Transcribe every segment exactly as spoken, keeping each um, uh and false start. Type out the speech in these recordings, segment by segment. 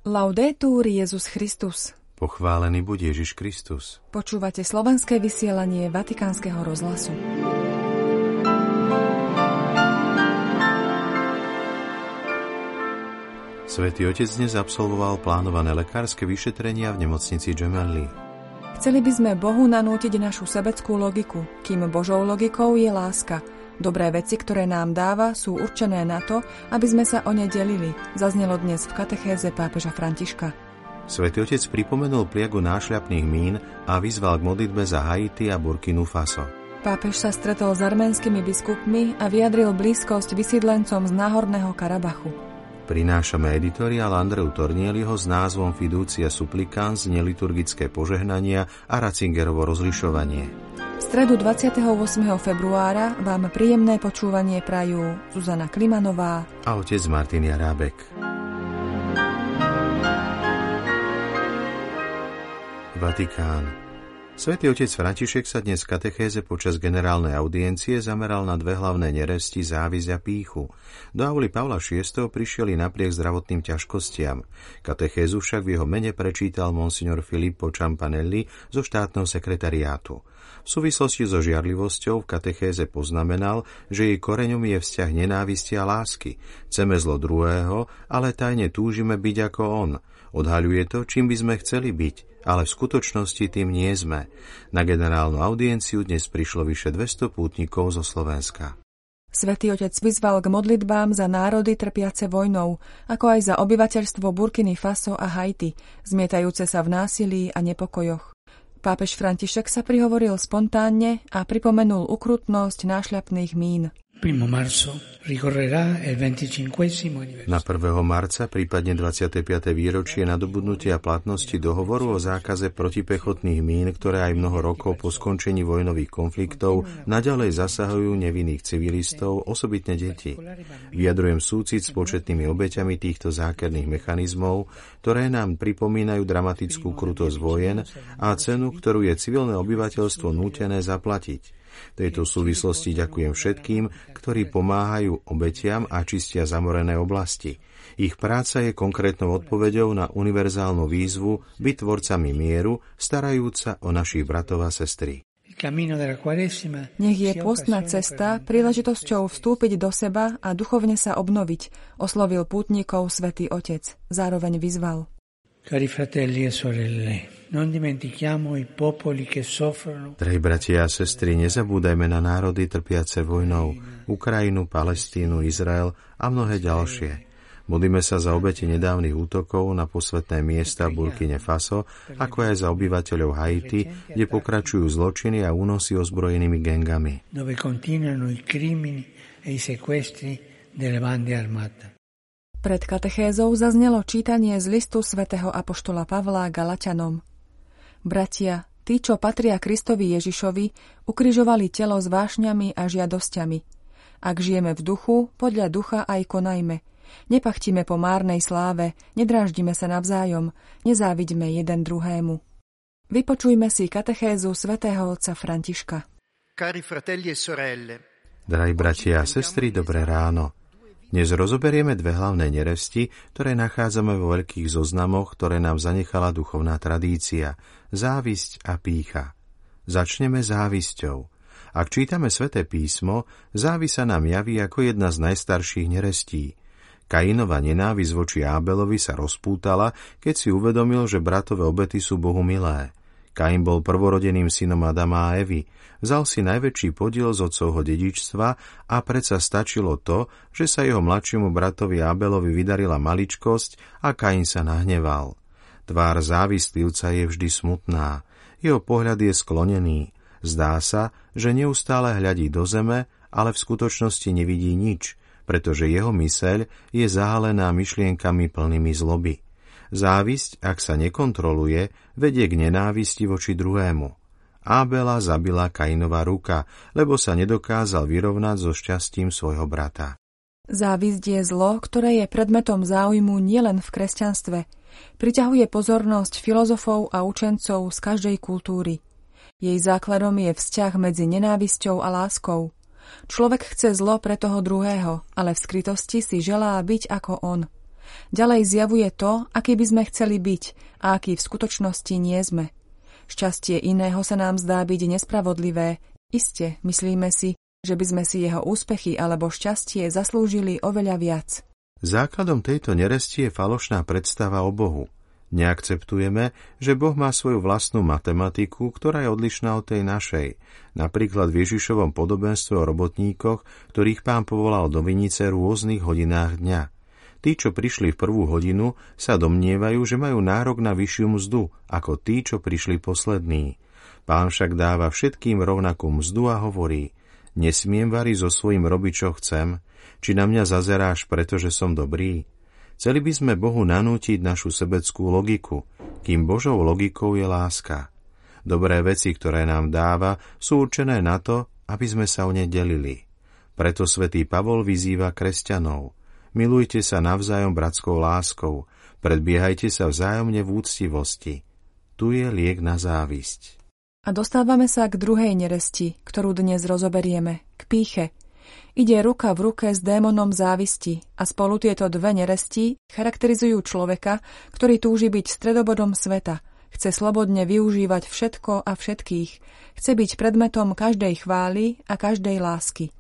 Laudetur Jesus Christus. Pochválený buď Ježiš Kristus. Počúvate slovenské vysielanie Vatikánskeho rozhlasu. Svätý Otec dnes absolvoval plánované lekárske vyšetrenia v nemocnici Gemelli. Chceli by sme Bohu nanútiť našu sebeckú logiku, kým Božou logikou je láska. Dobré veci, ktoré nám dáva, sú určené na to, aby sme sa o ne delili, zaznelo dnes v katechéze pápeža Františka. Svätý Otec pripomenul pliagu nášľapných mín a vyzval k modlitbe za Haiti a Burkinu Faso. Pápež sa stretol s arménskymi biskupmi a vyjadril blízkosť vysídlencom z Náhorného Karabachu. Prinášame editoriál Andreu Tornieliho s názvom Fiducia Supplicans, neliturgické požehnania a Ratzingerovo rozlišovanie. V stredu dvadsiateho ôsmeho februára vám príjemné počúvanie prajú Zuzana Klimanová a otec Martin Jarábek. Vatikán. Svätý otec František sa dnes v katechéze počas generálnej audiencie zameral na dve hlavné neresti, závisť a pýchu. Do auly Pavla šiesteho prišiel i napriek zdravotným ťažkostiam. Katechézu však v jeho mene prečítal monsignor Filippo Ciampanelli zo štátneho sekretariátu. V súvislosti so žiarlivosťou v katechéze poznamenal, že jej koreňom je vzťah nenávisti a lásky. Chceme zlo druhého, ale tajne túžime byť ako on. Odhaľuje to, čím by sme chceli byť, ale v skutočnosti tým nie sme. Na generálnu audienciu dnes prišlo vyše dvesto pútnikov zo Slovenska. Svätý Otec vyzval k modlitbám za národy trpiace vojnou, ako aj za obyvateľstvo Burkiny Faso a Haiti, zmietajúce sa v násilí a nepokojoch. Pápež František sa prihovoril spontánne a pripomenul ukrutnosť nášľapných mín. Na prvého marca, prípadne dvadsiate piate výročie nadobudnutia platnosti dohovoru o zákaze protipechotných mín, ktoré aj mnoho rokov po skončení vojnových konfliktov naďalej zasahujú nevinných civilistov, osobitne deti. Vyjadrujem súcit s početnými obeťami týchto zákerných mechanizmov, ktoré nám pripomínajú dramatickú krutosť vojen a cenu, ktorú je civilné obyvateľstvo nútené zaplatiť. V tejto súvislosti ďakujem všetkým, ktorí pomáhajú obetiam a čistia zamorené oblasti. Ich práca je konkrétnou odpoveďou na univerzálnu výzvu byť tvorcami mieru, starajúca o našich bratov a sestry. Nech je pôstna cesta príležitosťou vstúpiť do seba a duchovne sa obnoviť, oslovil pútnikov svätý Otec. Zároveň vyzval. Cari fratelli e sorelle, non dimentichiamo i popoli che soffrono. Drahí bratia a sestry, nezabúdajme na národy trpiace vojnou, Ukrajinu, Palestínu, Izrael a mnohé ďalšie. Modlíme sa za obete nedávnych útokov na posvätné miesta v Burkine Faso, ako aj za obyvateľov Haiti, kde pokračujú zločiny a únosy ozbrojenými gengami. Dove continuano i crimini e i sequestri delle bande armate. Pred katechézou zaznelo čítanie z listu svätého apoštola Pavla Galaťanom. Bratia, tí, čo patria Kristovi Ježišovi, ukrižovali telo s vášňami a žiadosťami. Ak žijeme v duchu, podľa ducha aj konajme. Nepachtime po márnej sláve, nedráždime sa navzájom, nezávidme jeden druhému. Vypočujme si katechézu svätého otca Františka. Cari fratelli e sorelle. Drahí bratia a sestry, dobré ráno. Dnes rozoberieme dve hlavné neresti, ktoré nachádzame vo veľkých zoznamoch, ktoré nám zanechala duchovná tradícia, závisť a pýcha. Začneme závisťou. Ak čítame Sväté písmo, závisť sa nám javí ako jedna z najstarších nerestí. Kainova nenávisť voči Ábelovi sa rozpútala, keď si uvedomil, že bratové obety sú Bohu milé. Kain bol prvorodeným synom Adama a Evy. Vzal si najväčší podiel z otcovho dedičstva a predsa stačilo to, že sa jeho mladšiemu bratovi Ábelovi vydarila maličkosť a Kain sa nahneval. Tvár závislivca je vždy smutná. Jeho pohľad je sklonený. Zdá sa, že neustále hľadí do zeme, ale v skutočnosti nevidí nič, pretože jeho myseľ je zahalená myšlienkami plnými zloby. Závisť, ak sa nekontroluje, vedie k nenávisti voči druhému. Ábela zabila Kainova ruka, lebo sa nedokázal vyrovnať so šťastím svojho brata. Závisť je zlo, ktoré je predmetom záujmu nielen v kresťanstve. Priťahuje pozornosť filozofov a učencov z každej kultúry. Jej základom je vzťah medzi nenávisťou a láskou. Človek chce zlo pre toho druhého, ale v skrytosti si želá byť ako on. Ďalej zjavuje to, aký by sme chceli byť a aký v skutočnosti nie sme. Šťastie iného sa nám zdá byť nespravodlivé. Iste, myslíme si, že by sme si jeho úspechy alebo šťastie zaslúžili oveľa viac. Základom tejto neresti je falošná predstava o Bohu. Neakceptujeme, že Boh má svoju vlastnú matematiku, ktorá je odlišná od tej našej. Napríklad v Ježišovom podobenstve o robotníkoch, ktorých Pán povolal do vinice v rôznych hodinách dňa. Tí, čo prišli v prvú hodinu, sa domnievajú, že majú nárok na vyššiu mzdu, ako tí, čo prišli poslední. Pán však dáva všetkým rovnakú mzdu a hovorí: nesmiem variť so svojím robiť, čo chcem? Či na mňa zazeráš, pretože som dobrý? Chceli by sme Bohu nanútiť našu sebeckú logiku, kým Božou logikou je láska. Dobré veci, ktoré nám dáva, sú určené na to, aby sme sa o ne delili. Preto svätý Pavol vyzýva kresťanov: milujte sa navzájom bratskou láskou, predbiehajte sa vzájomne v úctivosti. Tu je liek na závisť. A dostávame sa k druhej neresti, ktorú dnes rozoberieme, k pýche. Ide ruka v ruke s démonom závisti a spolu tieto dve neresti charakterizujú človeka, ktorý túži byť stredobodom sveta, chce slobodne využívať všetko a všetkých, chce byť predmetom každej chvály a každej lásky.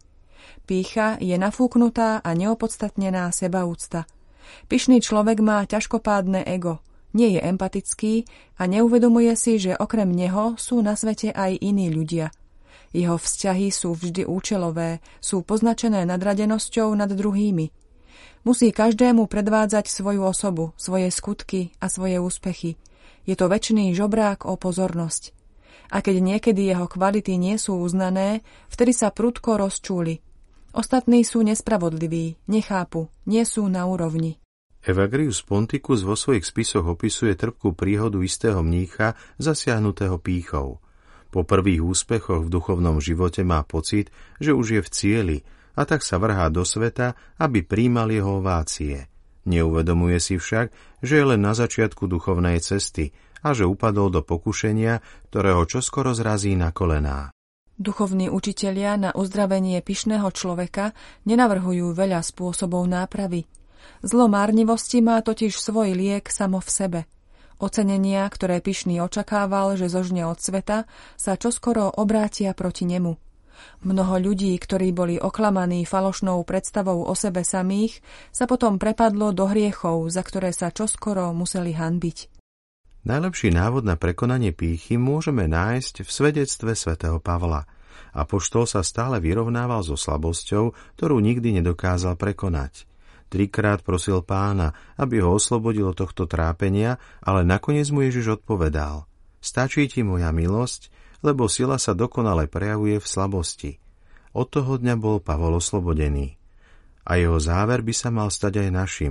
Pýcha je nafúknutá a neopodstatnená sebaúcta. Pyšný človek má ťažkopádne ego, nie je empatický a neuvedomuje si, že okrem neho sú na svete aj iní ľudia. Jeho vzťahy sú vždy účelové, sú poznačené nadradenosťou nad druhými. Musí každému predvádzať svoju osobu, svoje skutky a svoje úspechy. Je to večný žobrák o pozornosť. A keď niekedy jeho kvality nie sú uznané, vtedy sa prudko rozčúli. Ostatní sú nespravodliví, nechápu, nie sú na úrovni. Evagrius Ponticus vo svojich spisoch opisuje trpkú príhodu istého mnícha zasiahnutého pýchou. Po prvých úspechoch v duchovnom živote má pocit, že už je v cieli, a tak sa vrhá do sveta, aby prijímal jeho ovácie. Neuvedomuje si však, že je len na začiatku duchovnej cesty a že upadol do pokušenia, ktorého čoskoro zrazí na kolená. Duchovní učitelia na uzdravenie pyšného človeka nenavrhujú veľa spôsobov nápravy. Zlo márnivosti má totiž svoj liek samo v sebe. Ocenenia, ktoré pyšný očakával, že zožne od sveta, sa čoskoro obrátia proti nemu. Mnoho ľudí, ktorí boli oklamaní falošnou predstavou o sebe samých, sa potom prepadlo do hriechov, za ktoré sa čoskoro museli hanbiť. Najlepší návod na prekonanie pýchy môžeme nájsť v svedectve svätého Pavla. Apoštol sa stále vyrovnával so slabosťou, ktorú nikdy nedokázal prekonať. Trikrát prosil Pána, aby ho oslobodil od tohto trápenia, ale nakoniec mu Ježiš odpovedal: stačí ti moja milosť, lebo sila sa dokonale prejavuje v slabosti. Od toho dňa bol Pavol oslobodený. A jeho záver by sa mal stať aj našim.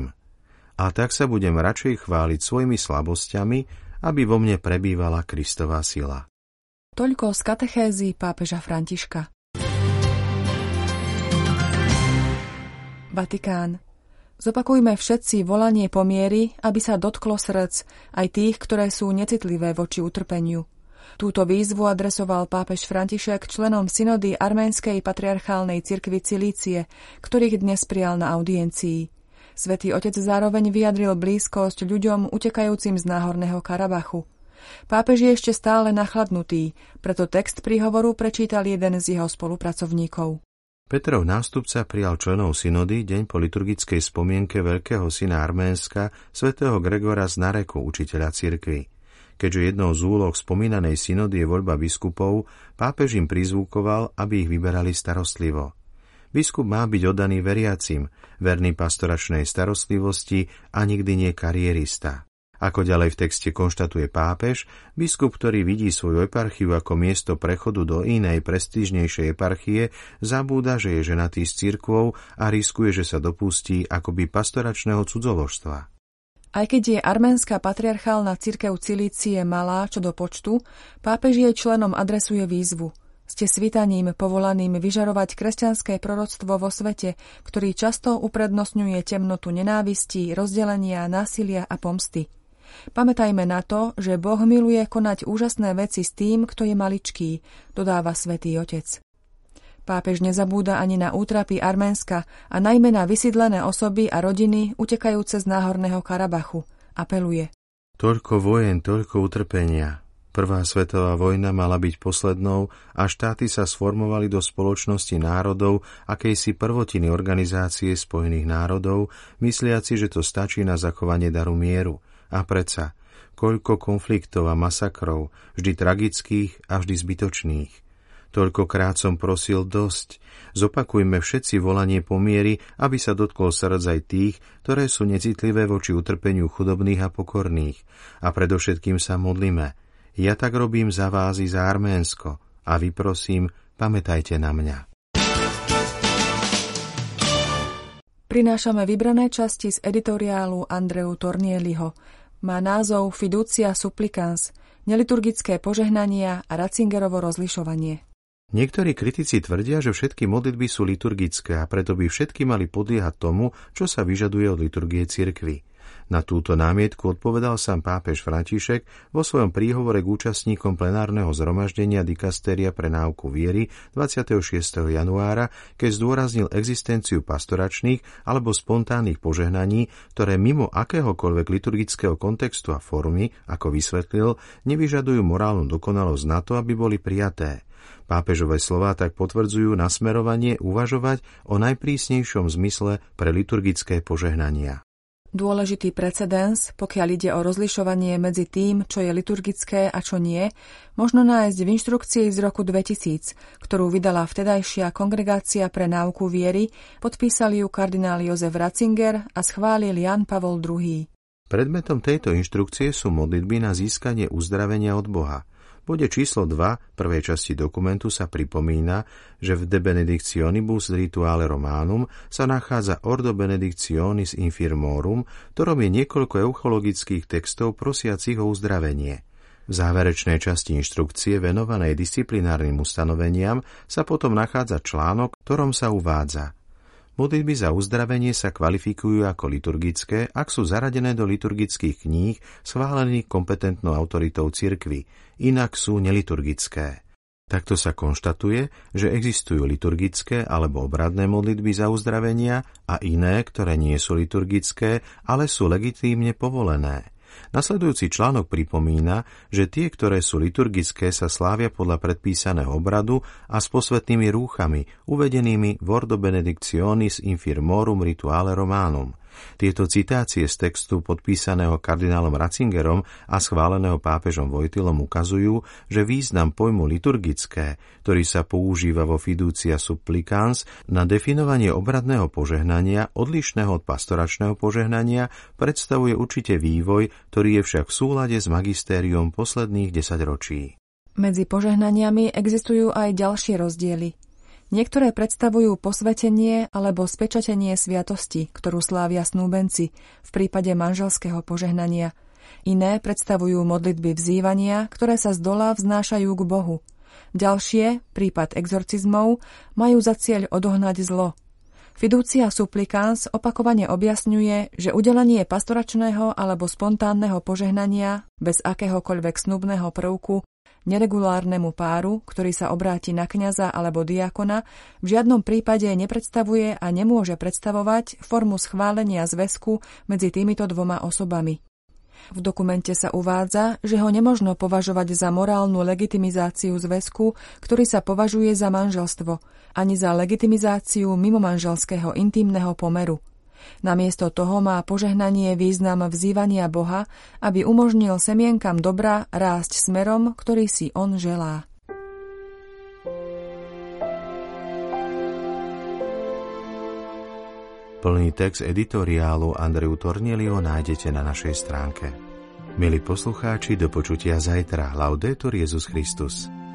A tak sa budem radšej chváliť svojimi slabosťami, aby vo mne prebývala Kristova sila. Toľko z katechézy pápeža Františka. Vatikán. Zopakujme všetci volanie po miery, aby sa dotklo srdc, aj tých, ktoré sú necitlivé voči utrpeniu. Túto výzvu adresoval pápež František členom synody Arménskej patriarchálnej cirkvi Cilície, ktorých dnes prijal na audiencii. Svätý Otec zároveň vyjadril blízkosť ľuďom utekajúcim z Náhorného Karabachu. Pápež je ešte stále nachladnutý, preto text príhovoru prečítal jeden z jeho spolupracovníkov. Petrov nástupca prijal členov synody deň po liturgickej spomienke veľkého syna Arménska, svätého Gregora z Nareku, učiteľa cirkvi. Keďže jednou z úloh spomínanej synody je voľba biskupov, pápež im prizvukoval, aby ich vyberali starostlivo. Biskup má byť oddaný veriacim, verný pastoračnej starostlivosti a nikdy nie karierista. Ako ďalej v texte konštatuje pápež, biskup, ktorý vidí svoju eparchiu ako miesto prechodu do inej prestížnejšej eparchie, zabúda, že je ženatý s cirkvou a riskuje, že sa dopustí akoby pastoračného cudzoložstva. Aj keď je arménska patriarchálna cirkev Cilície malá čo do počtu, pápež jej členom adresuje výzvu. Ste svítaním povolaným vyžarovať kresťanské proroctvo vo svete, ktorý často uprednostňuje temnotu nenávistí, rozdelenia, násilia a pomsty. Pamätajme na to, že Boh miluje konať úžasné veci s tým, kto je maličký, dodáva svätý Otec. Pápež nezabúda ani na útrapy Arménska a najmä na vysídlené osoby a rodiny utekajúce z Náhorného Karabachu. Apeluje. Toľko vojen, toľko utrpenia. Prvá svetová vojna mala byť poslednou a štáty sa sformovali do spoločnosti národov akejsi prvotiny Organizácie spojených národov, mysliaci, že to stačí na zachovanie daru mieru. A predsa, koľko konfliktov a masakrov, vždy tragických a vždy zbytočných. Toľkokrát som prosil dosť. Zopakujme všetci volanie po miery, aby sa dotklo srdc aj tých, ktoré sú necitlivé voči utrpeniu chudobných a pokorných. A predovšetkým sa modlíme. Ja tak robím za vás i za Arménsko. A vy prosím, pamätajte na mňa. Prinášame vybrané časti z editoriálu Andreu Tornieliho. Má názov Fiducia supplicans, neliturgické požehnania a Ratzingerovo rozlišovanie. Niektorí kritici tvrdia, že všetky modlitby sú liturgické a preto by všetky mali podliehať tomu, čo sa vyžaduje od liturgie cirkvi. Na túto námietku odpovedal sám pápež František vo svojom príhovore k účastníkom plenárneho zhromaždenia Dikastéria pre náuku viery dvadsiateho šiesteho januára, keď zdôraznil existenciu pastoračných alebo spontánnych požehnaní, ktoré mimo akéhokoľvek liturgického kontextu a formy, ako vysvetlil, nevyžadujú morálnu dokonalosť na to, aby boli prijaté. Pápežové slová tak potvrdzujú nasmerovanie uvažovať o najprísnejšom zmysle pre liturgické požehnania. Dôležitý precedens, pokiaľ ide o rozlišovanie medzi tým, čo je liturgické a čo nie, možno nájsť v inštrukcii z roku dvetisíc, ktorú vydala vtedajšia Kongregácia pre náuku viery, podpísali ju kardinál Jozef Ratzinger a schválil Jan Pavol druhý. Predmetom tejto inštrukcie sú modlitby na získanie uzdravenia od Boha. V bode číslo dva prvej časti dokumentu sa pripomína, že v De Benedictionibus Rituale Romanum sa nachádza Ordo Benedictionis Infirmorum, ktorom je niekoľko euchologických textov prosiacich o uzdravenie. V záverečnej časti inštrukcie venovanej disciplinárnym ustanoveniam sa potom nachádza článok, ktorom sa uvádza: modlitby za uzdravenie sa kvalifikujú ako liturgické, ak sú zaradené do liturgických kníh schválených kompetentnou autoritou cirkvi, inak sú neliturgické. Takto sa konštatuje, že existujú liturgické alebo obradné modlitby za uzdravenia a iné, ktoré nie sú liturgické, ale sú legitímne povolené. Nasledujúci článok pripomína, že tie, ktoré sú liturgické, sa slávia podľa predpísaného obradu a s posvätnými rúchami, uvedenými v Ordo Benedictionis Infirmorum Rituale Romanum. Tieto citácie z textu podpísaného kardinálom Ratzingerom a schváleného pápežom Vojtilom ukazujú, že význam pojmu liturgické, ktorý sa používa vo Fiducia supplicans na definovanie obradného požehnania, odlišného od pastoračného požehnania, predstavuje určite vývoj, ktorý je však v súlade s magistériom posledných desaťročí. Medzi požehnaniami existujú aj ďalšie rozdiely. Niektoré predstavujú posvetenie alebo spečatenie sviatosti, ktorú slávia snúbenci v prípade manželského požehnania. Iné predstavujú modlitby vzývania, ktoré sa zdola vznášajú k Bohu. Ďalšie, prípad exorcizmov, majú za cieľ odohnať zlo. Fiducia supplicans opakovane objasňuje, že udelenie pastoračného alebo spontánneho požehnania bez akéhokoľvek snubného prvku neregulárnemu páru, ktorý sa obráti na kňaza alebo diakona, v žiadnom prípade nepredstavuje a nemôže predstavovať formu schválenia zväzku medzi týmito dvoma osobami. V dokumente sa uvádza, že ho nemožno považovať za morálnu legitimizáciu zväzku, ktorý sa považuje za manželstvo, ani za legitimizáciu mimomanželského intímneho pomeru. Namiesto toho má požehnanie význam vzývania Boha, aby umožnil semienkam dobra rásť smerom, ktorý si on želá. Plný text editoriálu Andreu Tornieliho nájdete na našej stránke. Milí poslucháči, do počutia zajtra. Laudetur Jesus Christus.